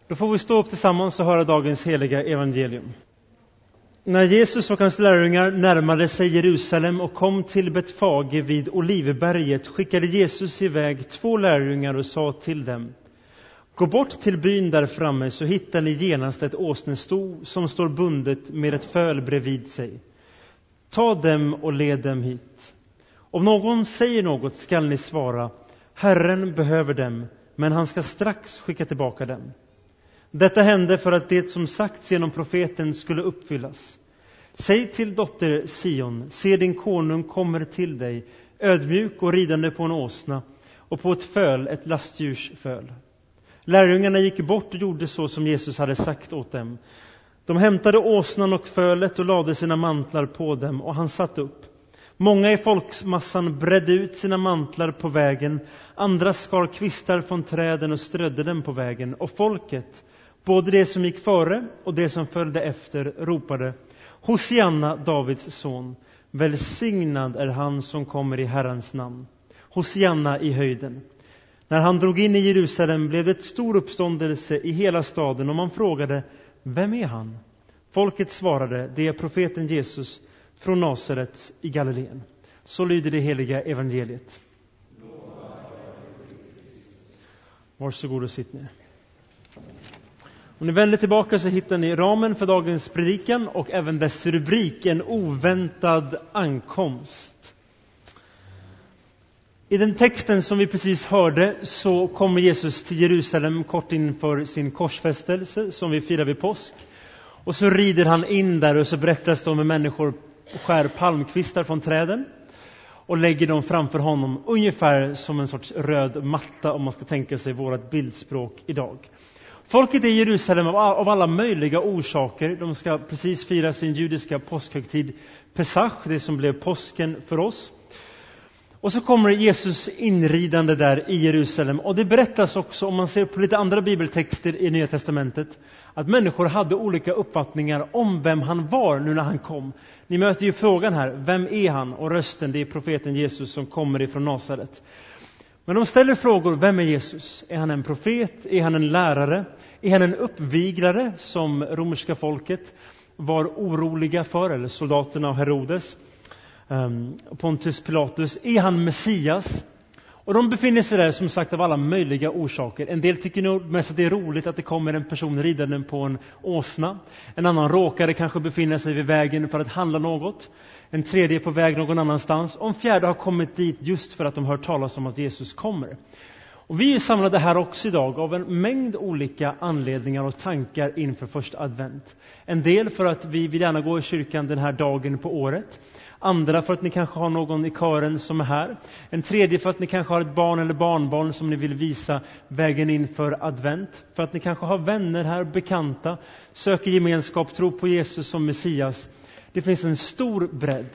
Då får vi stå upp tillsammans och höra dagens heliga evangelium. När Jesus och hans lärjungar närmade sig Jerusalem och kom till Betfage vid Olivberget skickade Jesus iväg 2 lärjungar och sa till dem: Gå bort till byn där framme, så hittar ni genast ett åsnesto som står bundet med ett föl bredvid sig. Ta dem och led dem hit. Om någon säger något skall ni svara: Herren behöver dem, men han ska strax skicka tillbaka dem. Detta hände för att det som sagts genom profeten skulle uppfyllas. Säg till dotter Sion, se din konung kommer till dig, ödmjuk och ridande på en åsna, och på ett föl, ett lastdjurs föl. Lärjungarna gick bort och gjorde så som Jesus hade sagt åt dem. De hämtade åsnan och fölet och lade sina mantlar på dem, och han satt upp. Många i folksmassan bredde ut sina mantlar på vägen, andra skar kvistar från träden och strödde dem på vägen, och folket, både det som gick före och det som följde efter, ropade: Hosianna, Davids son, välsignad är han som kommer i Herrens namn. Hosianna i höjden. När han drog in i Jerusalem blev det ett stor uppståndelse i hela staden, och man frågade: Vem är han? Folket svarade: Det är profeten Jesus från Nasaret i Galileen. Så lyder det heliga evangeliet. Varsågod och sitt ner. Om ni vänder tillbaka så hittar ni ramen för dagens predikan och även dess rubrik: En oväntad ankomst. I den texten som vi precis hörde så kommer Jesus till Jerusalem kort inför sin korsfästelse som vi firar vid påsk. Och så rider han in där, och så berättas det om hur människor skär palmkvistar från träden och lägger dem framför honom, ungefär som en sorts röd matta, om man ska tänka sig vårt bildspråk idag. Folket i Jerusalem av alla möjliga orsaker, de ska precis fira sin judiska påskhögtid Pesach, det som blev påsken för oss. Och så kommer Jesus inridande där i Jerusalem. Och det berättas också, om man ser på lite andra bibeltexter i Nya testamentet, att människor hade olika uppfattningar om vem han var nu när han kom. Ni möter ju frågan här: vem är han? Och rösten, det är profeten Jesus som kommer ifrån Nasaret. Men de ställer frågor: vem är Jesus? Är han en profet? Är han en lärare? Är han en uppviglare som romerska folket var oroliga för, eller soldaterna och Herodes, Pontius Pilatus? Är han Messias? Och de befinner sig där som sagt av alla möjliga orsaker. En del tycker nog mest att det är roligt att det kommer en person ridande på en åsna. En annan råkade kanske befinna sig vid vägen för att handla något. En tredje är på väg någon annanstans. Och en fjärde har kommit dit just för att de hört talas om att Jesus kommer. Och vi är samlade här också idag av en mängd olika anledningar och tankar inför första advent. En del för att vi vill gärna gå i kyrkan den här dagen på året. Andra för att ni kanske har någon i kören som är här. En tredje för att ni kanske har ett barn eller barnbarn som ni vill visa vägen in för advent. För att ni kanske har vänner här, bekanta, söker gemenskap, tror på Jesus som Messias. Det finns en stor bredd.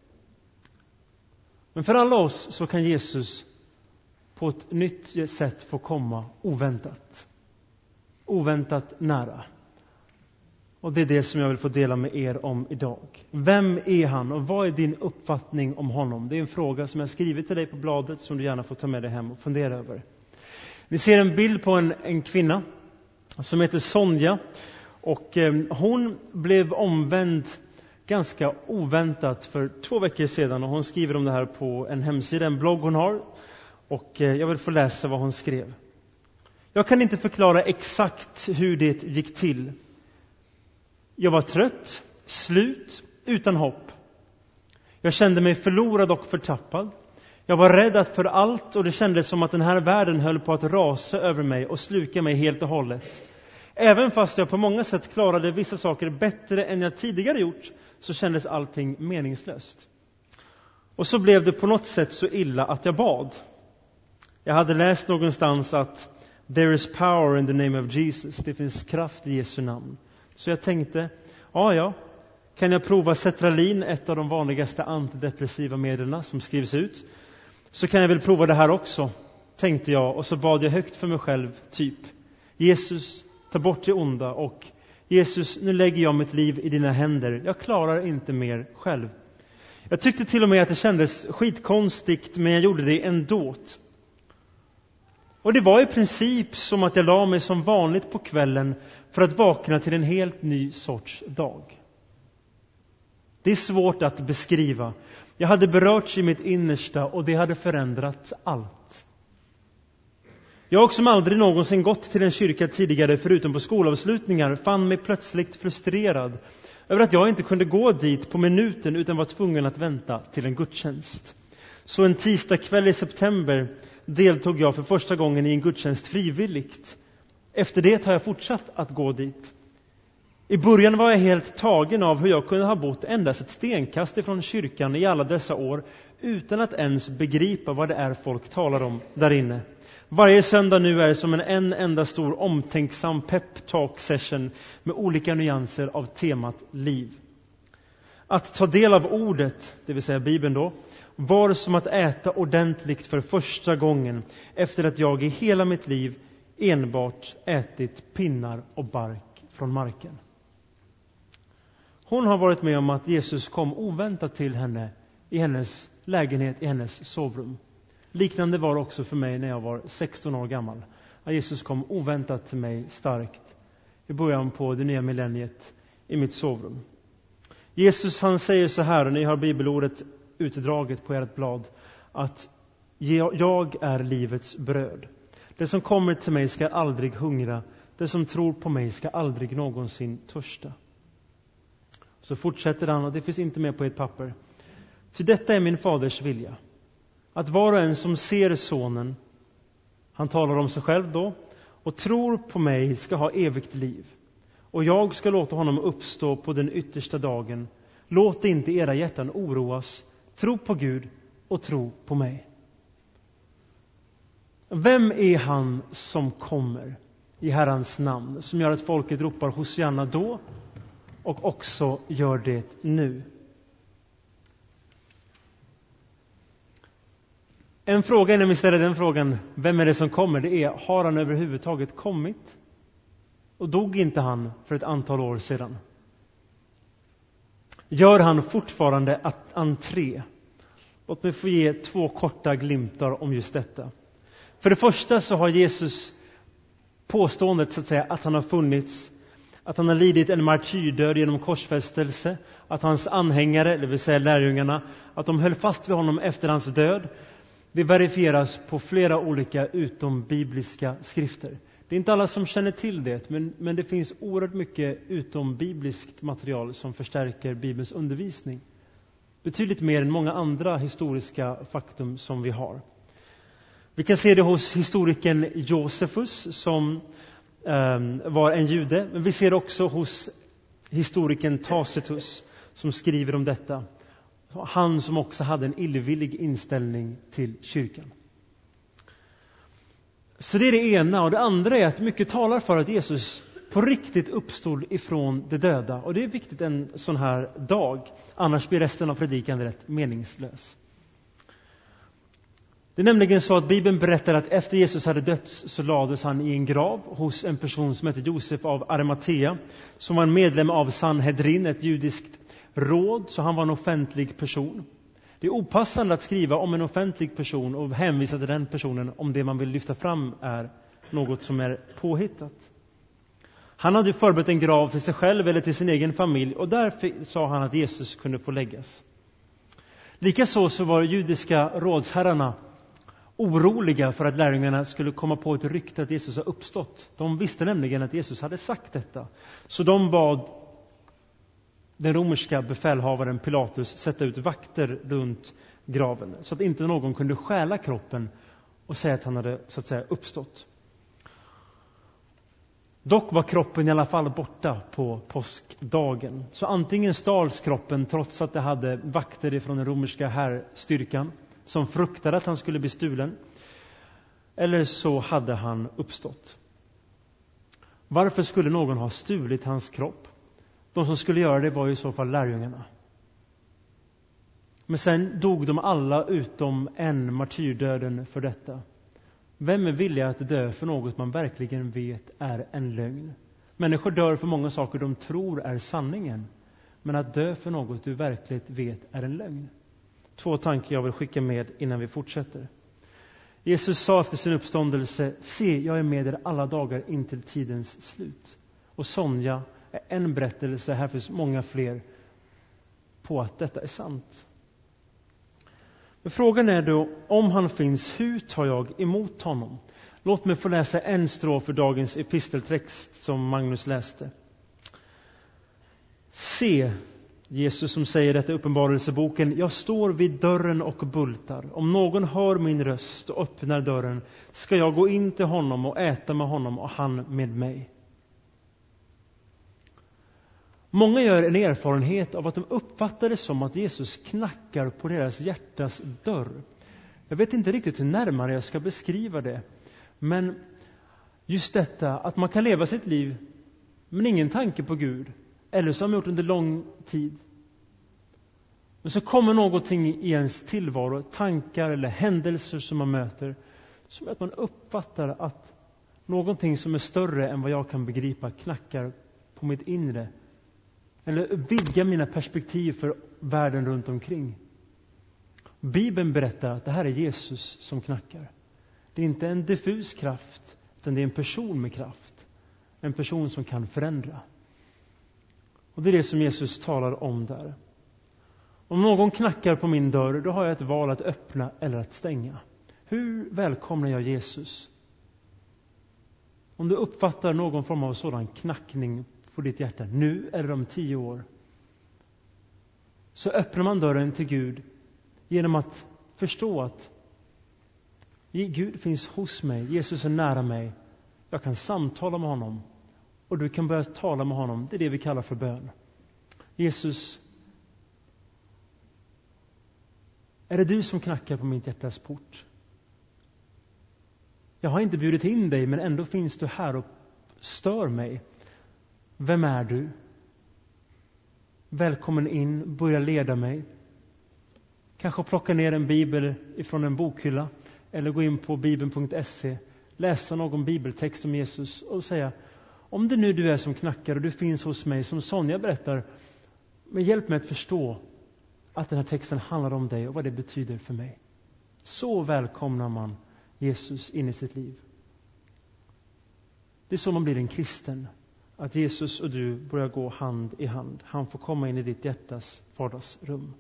Men för alla oss så kan Jesus på ett nytt sätt få komma oväntat. Oväntat nära. Och det är det som jag vill få dela med er om idag. Vem är han och vad är din uppfattning om honom? Det är en fråga som jag skrivit till dig på bladet som du gärna får ta med dig hem och fundera över. Ni ser en bild på en kvinna som heter Sonja. Och hon blev omvänd ganska oväntat för 2 veckor sedan. Och hon skriver om det här på en hemsida, en blogg hon har. Och jag vill få läsa vad hon skrev. Jag kan inte förklara exakt hur det gick till. Jag var trött, slut, utan hopp. Jag kände mig förlorad och förtappad. Jag var rädd för allt och det kändes som att den här världen höll på att rasa över mig och sluka mig helt och hållet. Även fast jag på många sätt klarade vissa saker bättre än jag tidigare gjort så kändes allting meningslöst. Och så blev det på något sätt så illa att jag bad. Jag hade läst någonstans att there is power in the name of Jesus. Det finns kraft i Jesu namn. Så jag tänkte, kan jag prova Sertralin, ett av de vanligaste antidepressiva medlen som skrivs ut. Så kan jag väl prova det här också, tänkte jag. Och så bad jag högt för mig själv, typ: Jesus, ta bort det onda, och Jesus, nu lägger jag mitt liv i dina händer. Jag klarar inte mer själv. Jag tyckte till och med att det kändes skitkonstigt, men jag gjorde det ändå. Och det var i princip som att jag la mig som vanligt på kvällen för att vakna till en helt ny sorts dag. Det är svårt att beskriva. Jag hade berörts i mitt innersta och det hade förändrat allt. Jag som aldrig någonsin gått till en kyrka tidigare förutom på skolavslutningar fann mig plötsligt frustrerad över att jag inte kunde gå dit på minuten utan var tvungen att vänta till en gudstjänst. Så en tisdagkväll i september deltog jag för första gången i en gudstjänst frivilligt. Efter det har jag fortsatt att gå dit. I början var jag helt tagen av hur jag kunde ha bott endast ett stenkast ifrån kyrkan i alla dessa år utan att ens begripa vad det är folk talar om där inne. Varje söndag nu är som en enda stor omtänksam pep-talk-session med olika nyanser av temat liv. Att ta del av ordet, det vill säga Bibeln då, var som att äta ordentligt för första gången efter att jag i hela mitt liv enbart ätit pinnar och bark från marken. Hon har varit med om att Jesus kom oväntat till henne i hennes lägenhet, i hennes sovrum. Liknande var det också för mig när jag var 16 år gammal. Att Jesus kom oväntat till mig starkt i början på det nya millenniet i mitt sovrum. Jesus han säger så här, och ni har bibelordet utdraget på ert blad, att jag är livets bröd. Det som kommer till mig ska aldrig hungra. Det som tror på mig ska aldrig någonsin törsta. Så fortsätter han, och det finns inte med på ett papper. Så detta är min faders vilja. Att var och en som ser sonen, han talar om sig själv då, och tror på mig ska ha evigt liv. Och jag ska låta honom uppstå på den yttersta dagen. Låt inte era hjärtan oroas. Tro på Gud och tro på mig. Vem är han som kommer i Herrans namn, som gör att folket ropar Hosianna då och också gör det nu? En fråga innan vi ställer den frågan, vem är det som kommer? Det är, har han överhuvudtaget kommit? Och dog inte han för ett antal år sedan? Gör han fortfarande entré? Låt mig få ge 2 korta glimtar om just detta. För det första så har Jesus påståendet så att säga att han har funnits, att han har lidit en martyrdöd genom korsfästelse, att hans anhängare, det vill säga lärjungarna, att de höll fast vid honom efter hans död. Det verifieras på flera olika utombibliska skrifter. Det är inte alla som känner till det, men det finns oerhört mycket utombibliskt material som förstärker Bibelns undervisning. Betydligt mer än många andra historiska faktum som vi har. Vi kan se det hos historikern Josefus som var en jude. Men vi ser det också hos historikern Tacitus som skriver om detta. Han som också hade en illvillig inställning till kyrkan. Så det är det ena. Och det andra är att mycket talar för att Jesus på riktigt uppstod ifrån de döda. Och det är viktigt en sån här dag. Annars blir resten av predikan rätt meningslös. Det är nämligen så att Bibeln berättar att efter Jesus hade dött så lades han i en grav hos en person som heter Josef av Arimatea. Som var en medlem av Sanhedrin, ett judiskt råd, så han var en offentlig person. Det är opassande att skriva om en offentlig person och hänvisa till den personen om det man vill lyfta fram är något som är påhittat. Han hade förberett en grav till sig själv eller till sin egen familj och därför sa han att Jesus kunde få läggas. Likaså så var judiska rådsherrarna oroliga för att lärjungarna skulle komma på ett rykte att Jesus har uppstått. De visste nämligen att Jesus hade sagt detta. Så de bad den romerska befälhavaren Pilatus sätta ut vakter runt graven så att inte någon kunde stjäla kroppen och säga att han hade så att säga uppstått. Dock var kroppen i alla fall borta på påskdagen. Så antingen stals kroppen trots att det hade vakter ifrån den romerska härstyrkan som fruktade att han skulle bli stulen. Eller så hade han uppstått. Varför skulle någon ha stulit hans kropp? De som skulle göra det var i så fall lärjungarna. Men sen dog de alla utom en, martyrdöden för detta. Vem är villig att dö för något man verkligen vet är en lögn? Människor dör för många saker de tror är sanningen. Men att dö för något du verkligen vet är en lögn. 2 tankar jag vill skicka med innan vi fortsätter. Jesus sa efter sin uppståndelse: se, jag är med er alla dagar in till tidens slut. Och Sonja är en berättelse, här finns många fler, på att detta är sant. Men frågan är då, om han finns, hur tar jag emot honom? Låt mig få läsa en strof för dagens episteltext som Magnus läste. Se, Jesus som säger detta i Uppenbarelseboken: jag står vid dörren och bultar. Om någon hör min röst och öppnar dörren, ska jag gå in till honom och äta med honom och han med mig. Många gör en erfarenhet av att de uppfattar det som att Jesus knackar på deras hjärtas dörr. Jag vet inte riktigt hur närmare jag ska beskriva det. Men just detta att man kan leva sitt liv men ingen tanke på Gud. Eller så har man gjort under lång tid. Men så kommer någonting i ens tillvaro, tankar eller händelser som man möter, som att man uppfattar att någonting som är större än vad jag kan begripa knackar på mitt inre. Eller vidga mina perspektiv för världen runt omkring. Bibeln berättar att det här är Jesus som knackar. Det är inte en diffus kraft, utan det är en person med kraft. En person som kan förändra. Och det är det som Jesus talar om där. Om någon knackar på min dörr, då har jag ett val att öppna eller att stänga. Hur välkomnar jag Jesus? Om du uppfattar någon form av sådan knackning på ditt hjärta nu eller om 10 år, så öppnar man dörren till Gud genom att förstå att Gud finns hos mig, Jesus är nära mig. Jag kan samtala med honom och du kan börja tala med honom. Det är det vi kallar för bön. Jesus, är det du som knackar på mitt hjärtas port? Jag har inte bjudit in dig, men ändå finns du här och stör mig. Vem är du? Välkommen in, börja leda mig. Kanske plocka ner en bibel ifrån en bokhylla eller gå in på bibeln.se, läsa någon bibeltext om Jesus och säga: om det nu du är som knackar och du finns hos mig, som Sonja berättar, men hjälp mig att förstå att den här texten handlar om dig och vad det betyder för mig. Så välkomnar man Jesus in i sitt liv. Det är så man blir en kristen. Att Jesus och du börjar gå hand i hand. Han får komma in i ditt hjärtas vardagsrum.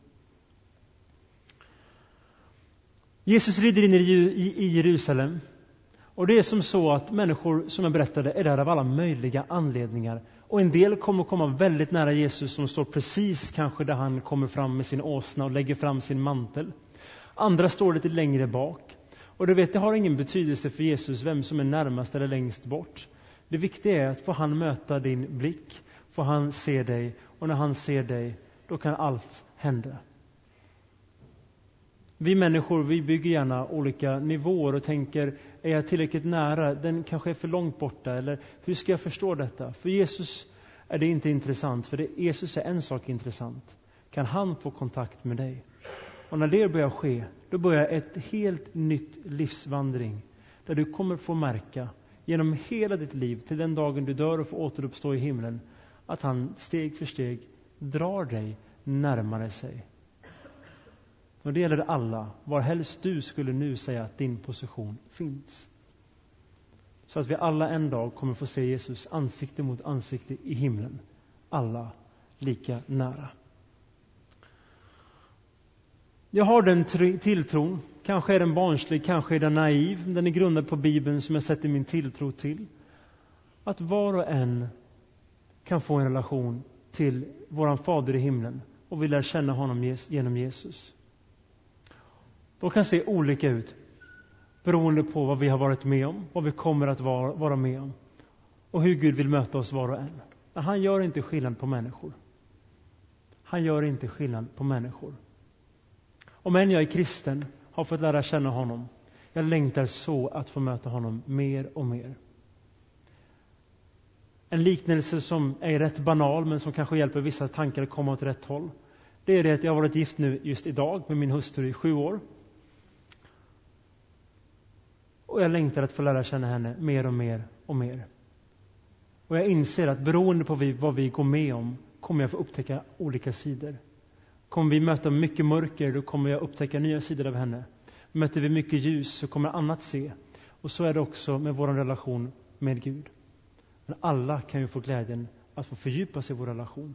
Jesus rider in i Jerusalem. Och det är som så att människor, som jag berättade, är där av alla möjliga anledningar. Och en del kommer komma väldigt nära Jesus, som står precis kanske där han kommer fram med sin åsna och lägger fram sin mantel. Andra står lite längre bak. Och du vet, det har ingen betydelse för Jesus vem som är närmast eller längst bort. Det viktiga är att få han möta din blick, få han se dig, och när han ser dig, då kan allt hända. Vi människor, vi bygger gärna olika nivåer och tänker: är jag tillräckligt nära? Den kanske är för långt borta. Eller hur ska jag förstå detta? För Jesus är det inte intressant. För Jesus är en sak intressant. Kan han få kontakt med dig? Och när det börjar ske, då börjar ett helt nytt livsvandring. Där du kommer få märka genom hela ditt liv, till den dagen du dör och får återuppstå i himlen, att han steg för steg drar dig närmare sig. Och det gäller alla, var helst du skulle nu säga att din position finns. Så att vi alla en dag kommer få se Jesus ansikte mot ansikte i himlen. Alla lika nära. Jag har den tilltron. Kanske är den barnslig, kanske är den naiv. Den är grundad på Bibeln som jag sätter min tilltro till. Att var och en kan få en relation till våran Fader i himlen. Och vi lär känna honom genom Jesus. De kan se olika ut. Beroende på vad vi har varit med om. Vad vi kommer att vara med om. Och hur Gud vill möta oss var och en. Men han gör inte skillnad på människor. Han gör inte skillnad på människor. Om än jag är kristen, har fått lära känna honom. Jag längtar så att få möta honom mer och mer. En liknelse som är rätt banal, men som kanske hjälper vissa tankar att komma åt rätt håll. Det är det att jag har varit gift nu just idag med min hustru i 7 år. Och jag längtar att få lära känna henne mer och mer och mer. Och jag inser att beroende på vad vi går med om, kommer jag få upptäcka olika sidor. Kommer vi möta mycket mörker, då kommer jag upptäcka nya sidor av henne. Möter vi mycket ljus så kommer annat se. Och så är det också med vår relation med Gud. Men alla kan ju få glädjen att få fördjupa sig i vår relation.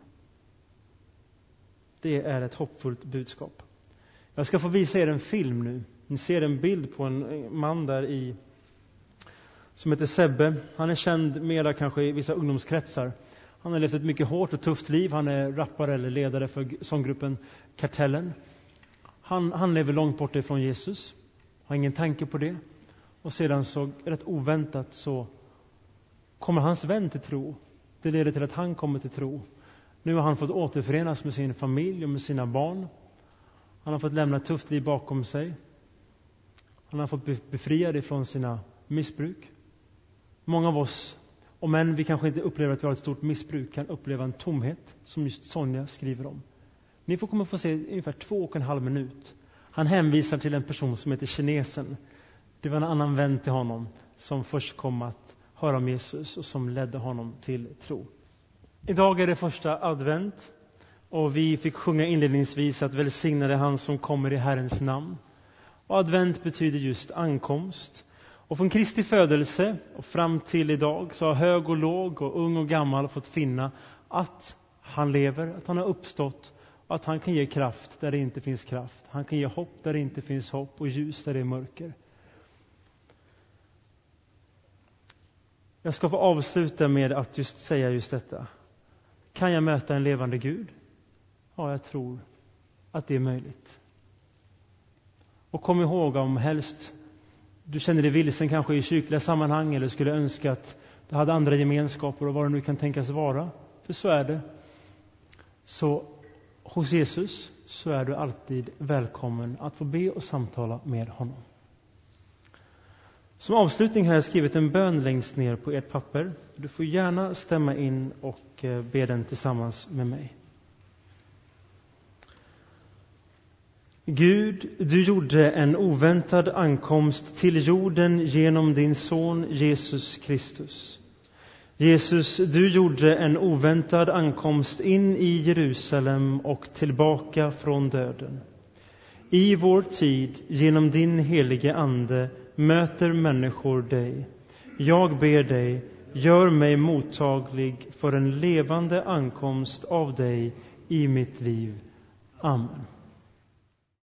Det är ett hoppfullt budskap. Jag ska få visa er en film nu. Ni ser en bild på en man där i som heter Sebbe. Han är känd mera kanske i vissa ungdomskretsar. Han har levt ett mycket hårt och tufft liv. Han är rappare eller ledare för sånggruppen Kartellen. Han lever långt bort ifrån Jesus. Har ingen tanke på det. Och sedan så rätt oväntat så kommer hans vän till tro. Det leder till att han kommer till tro. Nu har han fått återförenas med sin familj och med sina barn. Han har fått lämna ett tufft liv bakom sig. Han har fått befriad ifrån sina missbruk. Många av oss, om än vi kanske inte upplever att vi har ett stort missbruk, kan uppleva en tomhet som just Sonja skriver om. Ni kommer få se ungefär 2,5 minut. Han hänvisar till en person som heter Kinesen. Det var en annan vän till honom som först kom att höra om Jesus och som ledde honom till tro. Idag är det första advent och vi fick sjunga inledningsvis att välsignade han som kommer i Herrens namn. Och advent betyder just ankomst. Och från Kristi födelse och fram till idag så har hög och låg och ung och gammal fått finna att han lever, att han har uppstått och att han kan ge kraft där det inte finns kraft. Han kan ge hopp där det inte finns hopp och ljus där det är mörker. Jag ska få avsluta med att just säga just detta. Kan jag möta en levande Gud? Ja, jag tror att det är möjligt. Och kom ihåg, om helst du känner dig vilsen kanske i kyrkliga sammanhang eller skulle önska att du hade andra gemenskaper och vad det nu kan tänkas vara. För så är det. Så hos Jesus så är du alltid välkommen att få be och samtala med honom. Som avslutning har jag skrivit en bön längst ner på ert papper. Du får gärna stämma in och be den tillsammans med mig. Gud, du gjorde en oväntad ankomst till jorden genom din son Jesus Kristus. Jesus, du gjorde en oväntad ankomst in i Jerusalem och tillbaka från döden. I vår tid, genom din helige ande, möter människor dig. Jag ber dig, gör mig mottaglig för en levande ankomst av dig i mitt liv. Amen.